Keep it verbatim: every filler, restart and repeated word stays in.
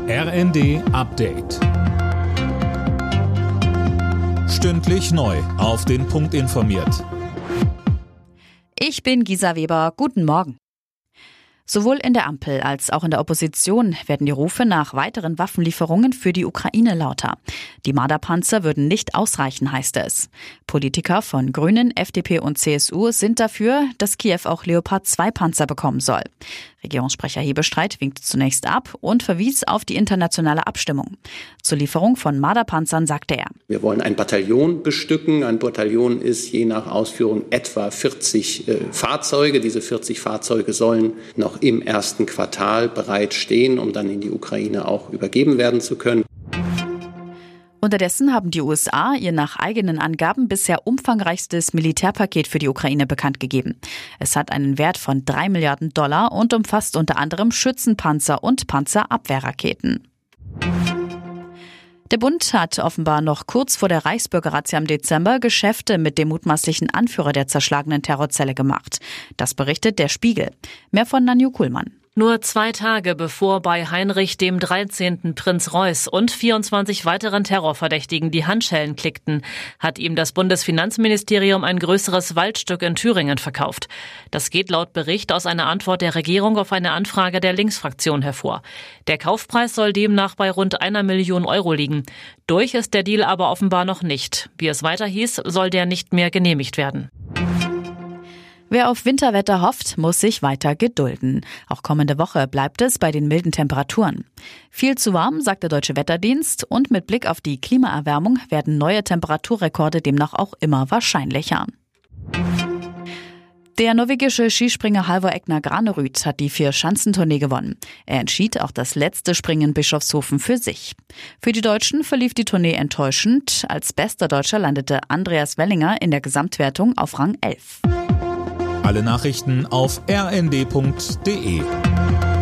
R N D Update. Stündlich neu auf den Punkt informiert. Ich bin Gisa Weber. Guten Morgen. Sowohl in der Ampel als auch in der Opposition werden die Rufe nach weiteren Waffenlieferungen für die Ukraine lauter. Die Marder-Panzer würden nicht ausreichen, heißt es. Politiker von Grünen, F D P und C S U sind dafür, dass Kiew auch Leopard zwei Panzer bekommen soll. Regierungssprecher Hebestreit winkte zunächst ab und verwies auf die internationale Abstimmung. Zur Lieferung von Marder-Panzern sagte er: Wir wollen ein Bataillon bestücken. Ein Bataillon ist je nach Ausführung etwa vierzig äh, Fahrzeuge. Diese vierzig Fahrzeuge sollen noch im ersten Quartal bereit stehen, um dann in die Ukraine auch übergeben werden zu können. Unterdessen haben die U S A ihr nach eigenen Angaben bisher umfangreichstes Militärpaket für die Ukraine bekannt gegeben. Es hat einen Wert von drei Milliarden Dollar und umfasst unter anderem Schützenpanzer und Panzerabwehrraketen. Der Bund hat offenbar noch kurz vor der Reichsbürgerrazzia im Dezember Geschäfte mit dem mutmaßlichen Anführer der zerschlagenen Terrorzelle gemacht. Das berichtet der Spiegel. Mehr von Nanju Kuhlmann. Nur zwei Tage bevor bei Heinrich dem dreizehnten Prinz Reuß und vierundzwanzig weiteren Terrorverdächtigen die Handschellen klickten, hat ihm das Bundesfinanzministerium ein größeres Waldstück in Thüringen verkauft. Das geht laut Bericht aus einer Antwort der Regierung auf eine Anfrage der Linksfraktion hervor. Der Kaufpreis soll demnach bei rund einer Million Euro liegen. Durch ist der Deal aber offenbar noch nicht. Wie es weiter hieß, soll der nicht mehr genehmigt werden. Wer auf Winterwetter hofft, muss sich weiter gedulden. Auch kommende Woche bleibt es bei den milden Temperaturen. Viel zu warm, sagt der Deutsche Wetterdienst, und mit Blick auf die Klimaerwärmung werden neue Temperaturrekorde demnach auch immer wahrscheinlicher. Der norwegische Skispringer Halvor Egner Granerud hat die Vier-Schanzentournee gewonnen. Er entschied auch das letzte Springen in Bischofshofen für sich. Für die Deutschen verlief die Tournee enttäuschend. Als bester Deutscher landete Andreas Wellinger in der Gesamtwertung auf Rang elf. Alle Nachrichten auf r n d punkt d e.